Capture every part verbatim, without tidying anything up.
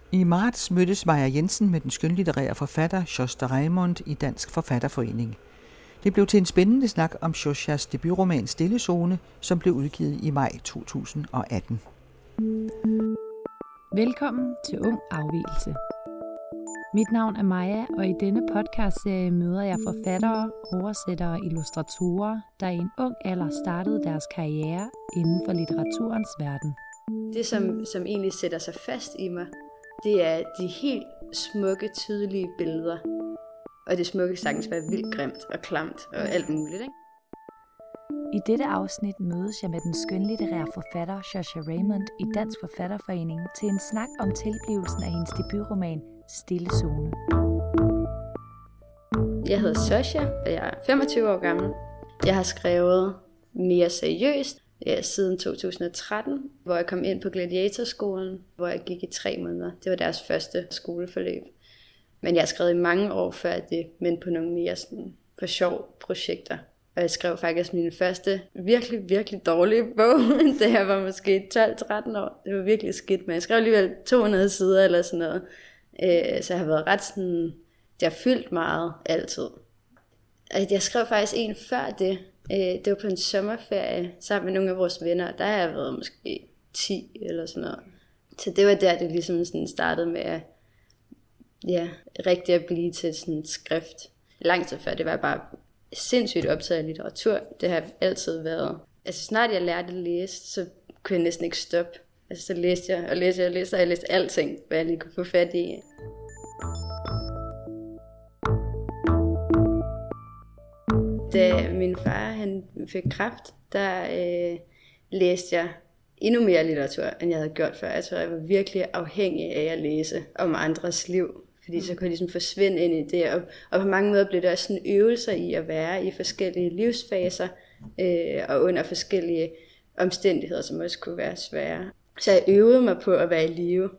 I marts mødtes Maja Jensen med den skønlitterære forfatter Sjosta Raymond i Dansk Forfatterforening. Det blev til en spændende snak om Sjostas debutroman Stille Zone, som blev udgivet i maj to tusind og atten. Velkommen til Ung Afvigelse. Mit navn er Maja, og i denne podcastserie møder jeg forfattere, oversættere og illustratorer, der i en ung alder startede deres karriere inden for litteraturens verden. Det, som, som egentlig sætter sig fast i mig, det er de helt smukke, tydelige billeder. Og det smukke sagtens være vildt grimt og klamt og alt muligt, ikke? I dette afsnit mødes jeg med den skønlitterære forfatter Sjosta Raymond i Dansk Forfatterforening til en snak om tilblivelsen af hendes debutroman Stille Zone. Jeg hedder Sjosta, og jeg er femogtyve år gammel. Jeg har skrevet mere seriøst ja, siden to tusind og tretten, hvor jeg kom ind på Gladiatorskolen, hvor jeg gik i tre måneder. Det var deres første skoleforløb. Men jeg har skrevet i mange år før det, men på nogle mere sådan for sjov projekter. Og jeg skrev faktisk min første virkelig, virkelig dårlige bog, da jeg var måske tolv tretten år. Det var virkelig skidt, men jeg skrev alligevel to hundrede sider eller sådan noget. Så jeg har været ret sådan, det har fyldt meget altid. Jeg skrev faktisk en før det. Det var på en sommerferie sammen med nogle af vores venner. Der har jeg været måske ti eller sådan noget. Så det var der, det ligesom sådan startede med at ja, rigtig at blive til sådan en skrift. Lang tid før, det var bare sindssygt optaget af litteratur. Det har altid været. Altså snart jeg lærte at læse, så kunne jeg næsten ikke stoppe. Altså så læste jeg og læste jeg og læste, og jeg læste alting, hvad jeg lige kunne få fat i. Da min far han fik kræft, der øh, læste jeg endnu mere litteratur, end jeg havde gjort før. Jeg tror, jeg var virkelig afhængig af at læse om andres liv, fordi så kunne jeg ligesom forsvinde ind i det. Og, og på mange måder blev det også sådan øvelser i at være i forskellige livsfaser, øh, og under forskellige omstændigheder, som også kunne være svære. Så jeg øvede mig på at være i live,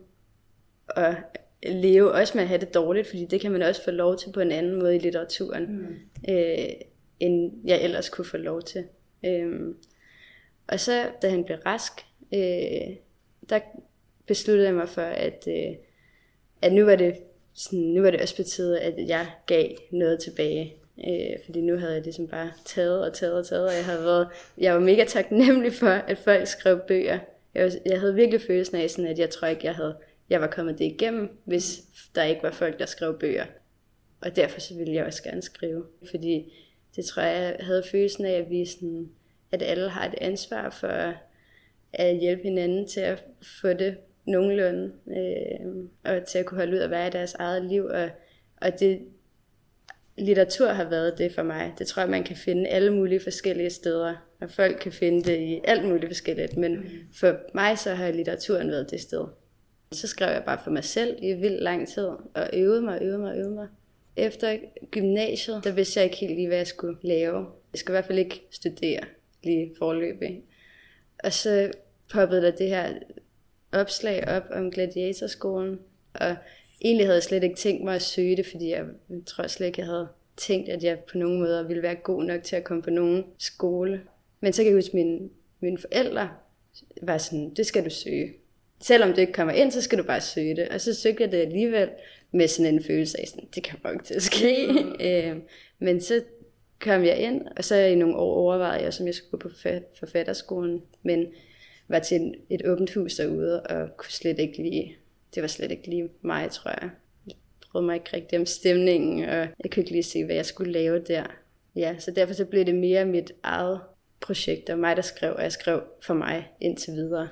og leve også med at have det dårligt, fordi det kan man også få lov til på en anden måde i litteraturen, mm. øh, end jeg ellers kunne få lov til. Øh, og så, da han blev rask, øh, der besluttede jeg mig for, at, øh, at nu var det sådan, nu var det også på tide, at jeg gav noget tilbage. Øh, fordi nu havde jeg ligesom bare taget og taget og taget, og jeg havde været, jeg var mega taknemmelig for, at folk skrev bøger. Jeg, var, jeg havde virkelig følelsen af sådan, at jeg tror ikke, jeg havde, jeg var kommet det igennem, hvis der ikke var folk, der skrev bøger. Og derfor så ville jeg også gerne skrive. Fordi det tror jeg, jeg havde følelsen af, at vi sådan, at alle har et ansvar for at hjælpe hinanden til at få det nogenlunde, øh, og til at kunne holde ud og være i deres eget liv, og, og det litteratur har været det for mig. Det tror jeg, man kan finde alle mulige forskellige steder, og folk kan finde det i alt muligt forskelligt, men mm. for mig så har litteraturen været det sted. Så skrev jeg bare for mig selv i vildt lang tid, og øvede mig, øvede mig, øvede mig. Efter gymnasiet, der vidste jeg ikke helt lige, hvad jeg skulle lave. Jeg skulle i hvert fald ikke studere lige forløbig. Og så poppede der det her opslag op om Gladiatorskolen, og egentlig havde jeg slet ikke tænkt mig at søge det, fordi jeg tror slet ikke, jeg havde tænkt, at jeg på nogen måder ville være god nok til at komme på nogen skole. Men så kan jeg huske, at mine, mine forældre var sådan, det skal du søge. Selvom du ikke kommer ind, så skal du bare søge det. Og så søgte jeg det alligevel med sådan en følelse af, sådan, det kan nok til at ske. Mm. Men så kom jeg ind, og så i nogle år overvejede jeg, som jeg skulle gå på forfatterskolen, men var til et åbent hus derude, og kunne slet ikke lide, det var slet ikke lige mig, tror jeg. Jeg prøvede mig ikke rigtig om stemningen, og jeg kunne ikke lige se, hvad jeg skulle lave der. Ja, så derfor så blev det mere mit eget projekt, og mig, der skrev, og jeg skrev for mig indtil videre.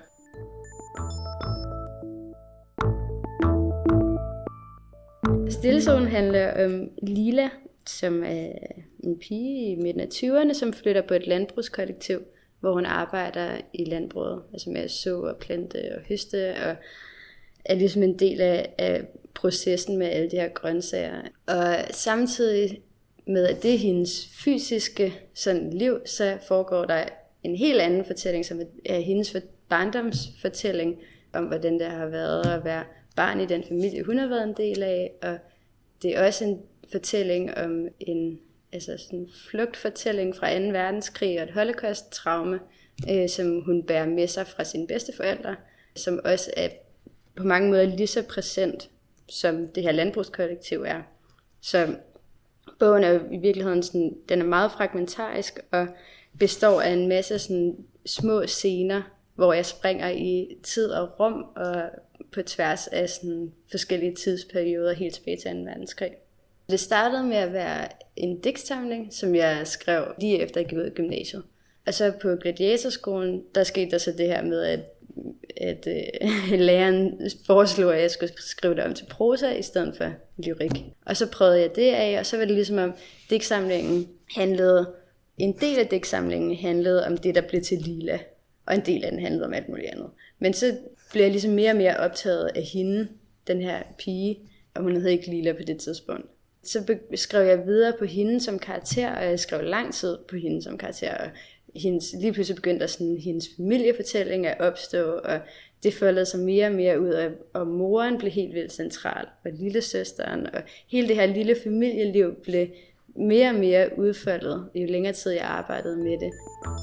Stille Zone handler om Lila, som er en pige i midten af tyverne, som flytter på et landbrugskollektiv, hvor hun arbejder i landbruget, altså med at så og plante og høste, og er ligesom en del af, af processen med alle de her grøntsager. Og samtidig med, at det er hendes fysiske sådan, liv, så foregår der en helt anden fortælling, som er hendes barndomsfortælling, om hvordan det har været at være barn i den familie, hun har været en del af, og det er også en fortælling om en altså sådan en flugtfortælling fra anden verdenskrig og et holocaust-traume, øh, som hun bærer med sig fra sine bedsteforældre, som også er på mange måder lige så præsent, som det her landbrugskollektiv er. Så bogen er jo i virkeligheden sådan, den er meget fragmentarisk og består af en masse sådan små scener, hvor jeg springer i tid og rum og på tværs af sådan forskellige tidsperioder helt tilbage til anden verdenskrig. Det startede med at være en digtsamling, som jeg skrev lige efter jeg gik ud af gymnasiet. Og så på Gladiatorskolen, der skete der så det her med, at, at øh, læreren foreslog, at jeg skulle skrive det om til prosa i stedet for lyrik. Og så prøvede jeg det af, og så var det ligesom om digtsamlingen handlede, en del af digtsamlingen handlede om det, der blev til Lila, og en del af den handlede om alt muligt andet. Men så blev jeg ligesom mere og mere optaget af hende, den her pige, og hun hed ikke Lila på det tidspunkt. Så skrev jeg videre på hende som karakter, og jeg skrev lang tid på hende som karakter, og hendes, lige pludselig begyndte der sådan, hendes familiefortælling at opstå, og det foldede sig mere og mere ud af, og moren blev helt vildt central, og lillesøsteren, og hele det her lille familieliv blev mere og mere udfoldet, jo længere tid jeg arbejdede med det.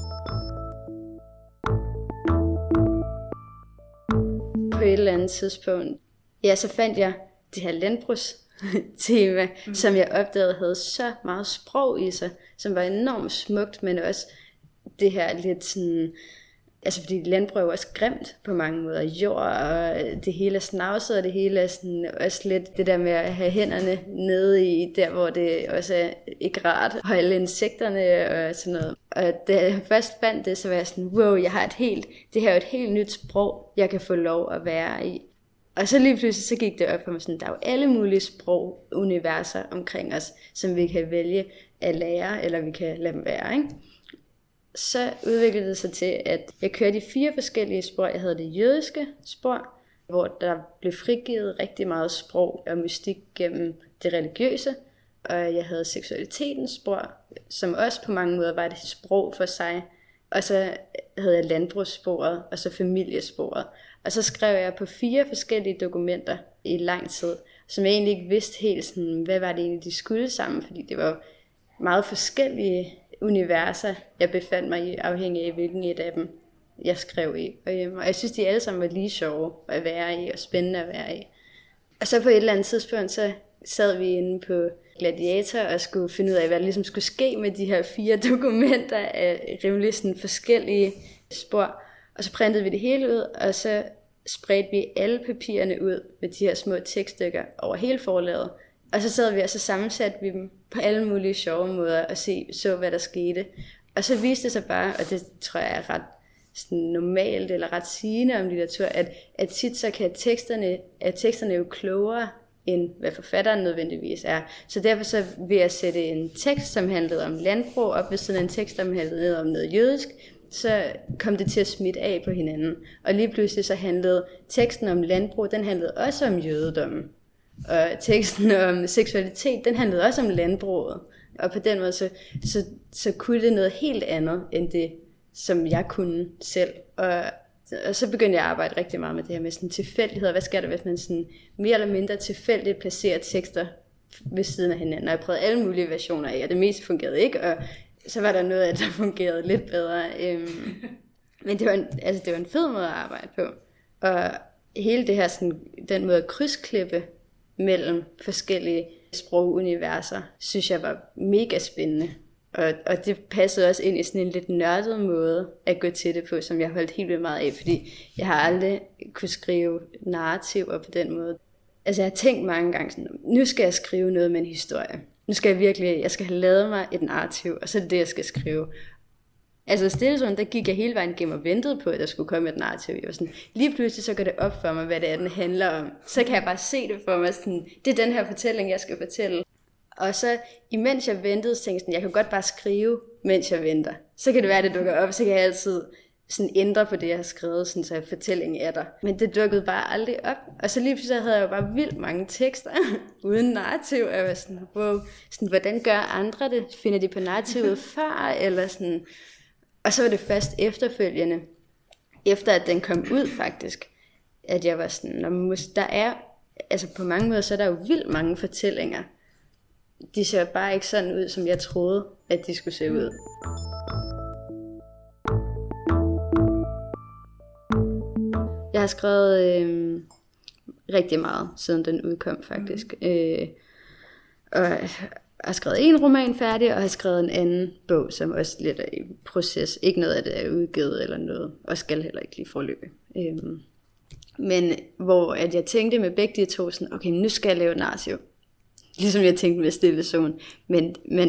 På et eller andet tidspunkt, ja, så fandt jeg det her landbrugstema, mm. som jeg opdagede havde så meget sprog i sig, som var enormt smukt, men også det her lidt sådan, altså fordi landbrug er jo også grimt på mange måder, jord, og det hele er snavset, og det hele er sådan, også lidt det der med at have hænderne nede i, der hvor det også er ikke rart, og alle insekterne og sådan noget. Og da jeg først fandt det, så var jeg sådan, wow, jeg har et helt, det her er et helt nyt sprog, jeg kan få lov at være i. Og så lige pludselig så gik det op for mig sådan, der er jo alle mulige sproguniverser omkring os, som vi kan vælge at lære, eller vi kan lade dem være, ikke? Så udviklede det sig til, at jeg kørte i fire forskellige spor. Jeg havde det jødiske spor, hvor der blev frigivet rigtig meget sprog og mystik gennem det religiøse. Og jeg havde seksualitetens spor, som også på mange måder var et sprog for sig. Og så havde jeg landbrugssporet, og så familiesporet. Og så skrev jeg på fire forskellige dokumenter i lang tid, som jeg egentlig ikke vidste helt, sådan, hvad var det egentlig, de skulle sammen, fordi det var meget forskellige universer, jeg befandt mig i, afhængig af hvilken et af dem jeg skrev i. Og jeg synes, de alle sammen var lige sjove at være i, og spændende at være i. Og så på et eller andet tidspunkt, så sad vi inde på Gladiator og skulle finde ud af, hvad der ligesom skulle ske med de her fire dokumenter af rimelig sådan forskellige spor. Og så printede vi det hele ud, og så spredte vi alle papirerne ud med de her små tekststykker over hele forlaget. Og så sad vi og så sammensatte vi dem på alle mulige sjove måder og se, så hvad der skete. Og så viste det sig bare, og det tror jeg er ret sådan normalt eller ret sigende om litteratur, at, at tit så kan teksterne, at teksterne jo klogere end hvad forfatteren nødvendigvis er. Så derfor så vil jeg sætte en tekst, som handlede om landbrug, op ved sådan en tekst, som handlede om noget jødisk, så kom det til at smitte af på hinanden. Og lige pludselig så handlede teksten om landbrug, den handlede også om jødedommen. Og teksten om seksualitet, den handlede også om landbruget. Og på den måde, så, så, så kunne det noget helt andet, end det, som jeg kunne selv. Og, og så begyndte jeg at arbejde rigtig meget med det her med sådan tilfældigheder. Hvad sker der, hvis man sådan mere eller mindre tilfældigt placerer tekster ved siden af hinanden? Og jeg prøvede alle mulige versioner af, og det meste fungerede ikke, og så var der noget af det, der fungerede lidt bedre. Øhm, men det var, en, altså, det var en fed måde at arbejde på. Og hele det her, sådan, den måde at krydsklippe mellem forskellige sproguniverser, synes jeg var mega spændende. Og, og det passede også ind i sådan en lidt nørdet måde at gå til det på, som jeg holdt helt vildt meget af, fordi jeg har aldrig kunne skrive narrativer på den måde. Altså jeg har tænkt mange gange sådan, nu skal jeg skrive noget med en historie. Nu skal jeg virkelig, jeg skal have lavet mig et narrativ, og så er det det, jeg skal skrive. Altså stillezonen, der gik jeg hele vejen gennem og ventede på, at der skulle komme et narrativ. Jeg var sådan, lige pludselig så går det op for mig, hvad det er, den handler om. Så kan jeg bare se det for mig, sådan, det er den her fortælling, jeg skal fortælle. Og så imens jeg ventede, så tænkte jeg sådan, jeg kan godt bare skrive, mens jeg venter. Så kan det være, at det dukker op, så kan jeg altid sådan ændre på det, jeg har skrevet, sådan, så fortællingen er der. Men det dukkede bare aldrig op. Og så lige pludselig havde jeg jo bare vildt mange tekster uden narrativ. Og jeg var sådan, wow, sådan, hvordan gør andre det? Finder de på narrativet før? Eller sådan. Og så var det først efterfølgende, efter at den kom ud faktisk, at jeg var sådan, der er, altså på mange måder, så er der jo vildt mange fortællinger. De ser bare ikke sådan ud, som jeg troede, at de skulle se ud. Jeg har skrevet øh, rigtig meget, siden den udkom faktisk. Mm. Øh, og jeg har skrevet en roman færdig, og har skrevet en anden bog, som også lidt er i proces. Ikke noget af det er udgivet eller noget, og skal heller ikke lige forløbe. Øh, men hvor at jeg tænkte med begge de to, sådan, okay, nu skal jeg lave narrativ. Ligesom jeg tænkte med Stillezone. Men, men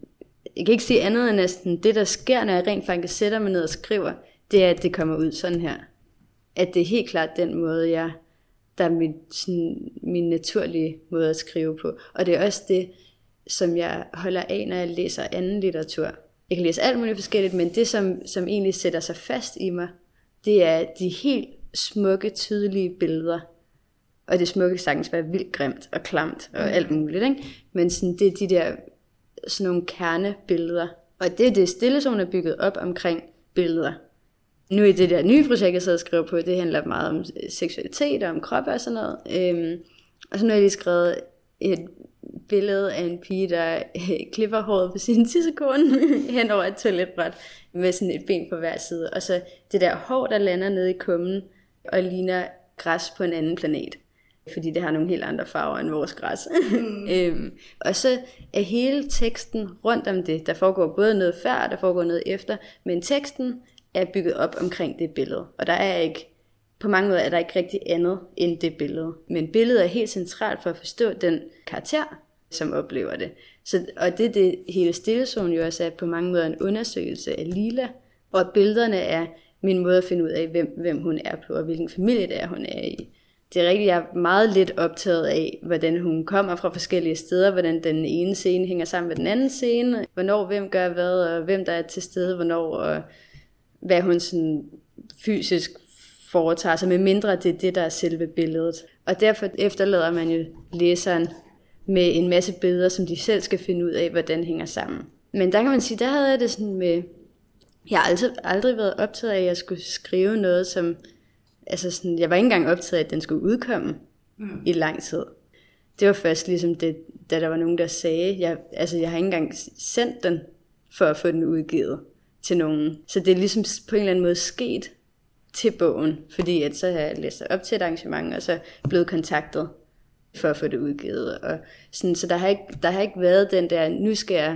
jeg kan ikke sige andet end næsten, det der sker, når jeg rent faktisk sætter mig ned og skriver, det er, at det kommer ud sådan her. At det er helt klart den måde, jeg, der er min, sådan, min naturlige måde at skrive på. Og det er også det, som jeg holder af, når jeg læser anden litteratur. Jeg kan læse alt muligt forskelligt, men det, som, som egentlig sætter sig fast i mig, det er de helt smukke, tydelige billeder. Og det smukke sagtens være vildt grimt og klamt og alt muligt, ikke? Men sådan, det er de der sådan nogle kernebilleder. Og det er det, Stillezone er bygget op omkring billeder. Nu i det der nye projekt, jeg sidder og skriver på, det handler meget om seksualitet og om krop og sådan noget. Øhm, og så nu har jeg lige skrevet et billede af en pige, der øh, klipper håret på sin tissekone hen over et toiletbræt med sådan et ben på hver side. Og så det der hår, der lander nede i kummen og ligner græs på en anden planet. Fordi det har nogle helt andre farver end vores græs. Mm. øhm, og så er hele teksten rundt om det. Der foregår både noget før, og der foregår noget efter. Men teksten er bygget op omkring det billede. Og der er ikke, på mange måder er der ikke rigtig andet end det billede. Men billedet er helt centralt for at forstå den karakter, som oplever det. Så, og det er det hele Stillezone jo også er på mange måder en undersøgelse af Lila. Og billederne er min måde at finde ud af, hvem, hvem hun er på, og hvilken familie det er, hun er i. Det er rigtigt, jeg er meget lidt optaget af, hvordan hun kommer fra forskellige steder, hvordan den ene scene hænger sammen med den anden scene, hvornår hvem gør hvad, og hvem der er til stede, hvornår, og hvad hun sådan fysisk foretager sig, med mindre det er det, der er selve billedet. Og derfor efterlader man jo læseren med en masse billeder, som de selv skal finde ud af, hvordan hænger sammen. Men der kan man sige, der havde jeg det sådan med, jeg har aldrig, aldrig været optaget af, at jeg skulle skrive noget, som, altså sådan, jeg var ikke engang optaget af, at den skulle udkomme mm. i lang tid. Det var først ligesom det, da der var nogen, der sagde, jeg, altså jeg har ikke engang sendt den, for at få den udgivet til nogen. Så det er ligesom på en eller anden måde sket til bogen, fordi at så har jeg læst op til et arrangement, og så blevet kontaktet for at få det udgivet. Og sådan, så der har, ikke, der har ikke været den der, nu skal jeg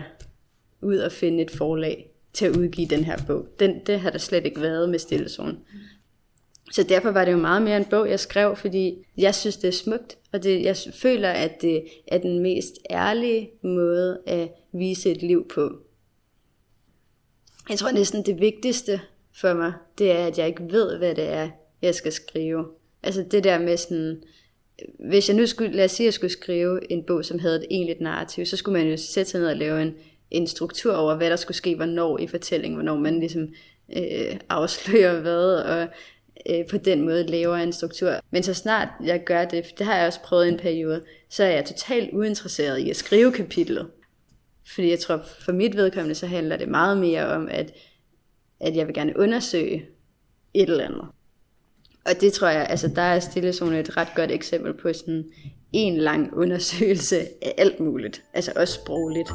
ud og finde et forlag til at udgive den her bog. Den, det har der slet ikke været med Stillezone. Så derfor var det jo meget mere en bog, jeg skrev, fordi jeg synes, det er smukt, og det, jeg føler, at det er den mest ærlige måde at vise et liv på. Jeg tror næsten det vigtigste for mig, det er, at jeg ikke ved, hvad det er, jeg skal skrive. Altså det der med sådan, hvis jeg nu skulle, lad os sige, at jeg skulle skrive en bog, som havde et egentligt narrativ, så skulle man jo sætte sig ned og lave en, en struktur over, hvad der skulle ske, hvornår i fortællingen, hvornår man ligesom øh, afslører hvad, og øh, på den måde laver en struktur. Men så snart jeg gør det, det har jeg også prøvet en periode, så er jeg totalt uinteresseret i at skrive kapitlet. Fordi jeg tror, for mit vedkommende, så handler det meget mere om, at, at jeg vil gerne undersøge et eller andet. Og det tror jeg, altså der er Stillezone et ret godt eksempel på sådan en lang undersøgelse af alt muligt. Altså også sprogligt.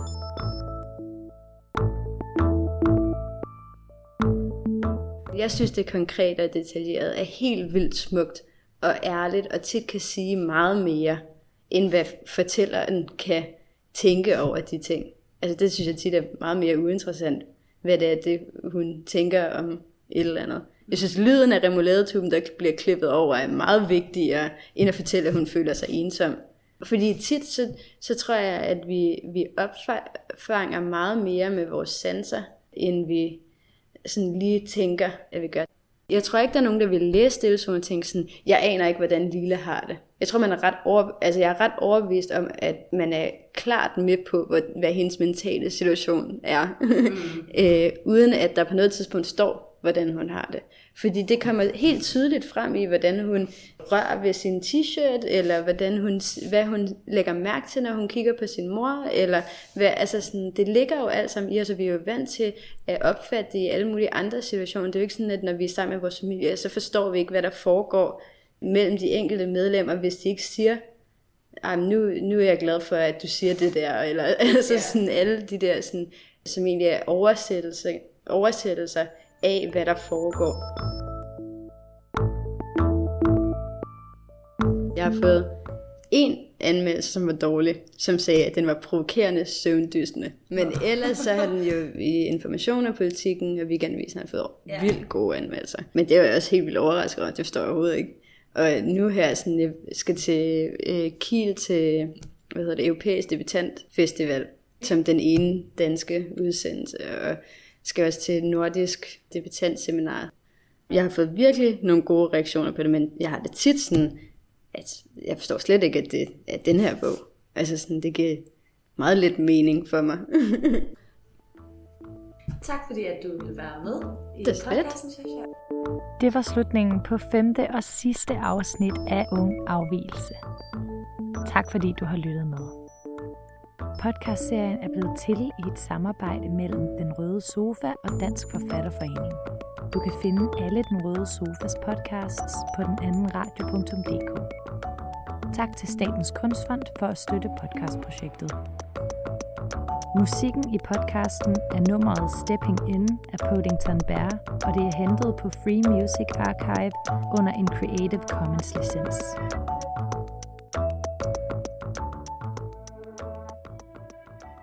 Jeg synes, det konkret og detaljeret er helt vildt smukt og ærligt, og tit kan sige meget mere, end hvad fortælleren kan tænke over de ting. Altså det synes jeg tit er meget mere uinteressant, hvad det er, det hun tænker om et eller andet. Jeg synes, lyden af remouladetuben, der bliver klippet over, er meget vigtigere, end at fortælle, at hun føler sig ensom. Fordi tit, så, så tror jeg, at vi, vi opfanger meget mere med vores sanser, end vi sådan lige tænker, at vi gør. Jeg tror ikke, der er nogen, der vil læse Stillezone og tænke sådan, jeg aner ikke, hvordan Lila har det. Jeg tror, man er ret over, altså jeg er ret overbevist om, at man er klart med på, hvad hendes mentale situation er. Mm. øh, uden at der på noget tidspunkt står, hvordan hun har det. Fordi det kommer helt tydeligt frem i, hvordan hun rører ved sin t-shirt, eller hvordan hun, hvad hun lægger mærke til, når hun kigger på sin mor, eller hvad, altså sådan, det ligger jo alt sammen i os, og vi er jo vant til at opfatte det i alle mulige andre situationer. Det er jo ikke sådan, at når vi er sammen med vores familie, så forstår vi ikke, hvad der foregår mellem de enkelte medlemmer, hvis de ikke siger, nu, nu er jeg glad for, at du siger det der, eller altså yeah. sådan alle de der, sådan, som egentlig er oversættelse, oversættelser af, hvad der foregår. Jeg har fået en anmeldelse, som var dårlig, som sagde, at den var provokerende søvndysende. Men ellers så har den jo i Information og Politikken og Weekendavisen har fået yeah. vildt gode anmeldelser. Men det var jeg også helt vildt overrasket over, det forstår jeg overhovedet ikke. Og nu her, sådan, jeg skal til øh, Kiel til hvad hedder det, Europæisk Debutantfestival, som den ene danske udsendelse, og skal også til Nordisk Debutantseminar. Jeg har fået virkelig nogle gode reaktioner på det, men jeg har det tit sådan, at jeg forstår slet ikke, at det er den her bog. Altså sådan, det giver meget lidt mening for mig. Tak fordi, at du ville være med i det podcasten, synes jeg. Det var slutningen på femte og sidste afsnit af Ung Afvigelse. Tak fordi du har lyttet med. Podcastserien er blevet til i et samarbejde mellem Den Røde Sofa og Dansk Forfatterforening. Du kan finde alle Den Røde Sofas podcasts på den anden radio punktum d k. Tak til Statens Kunstfond for at støtte podcastprojektet. Musikken i podcasten er nummeret Stepping In af Podington Bear, og det er hentet på Free Music Archive under en Creative Commons licens.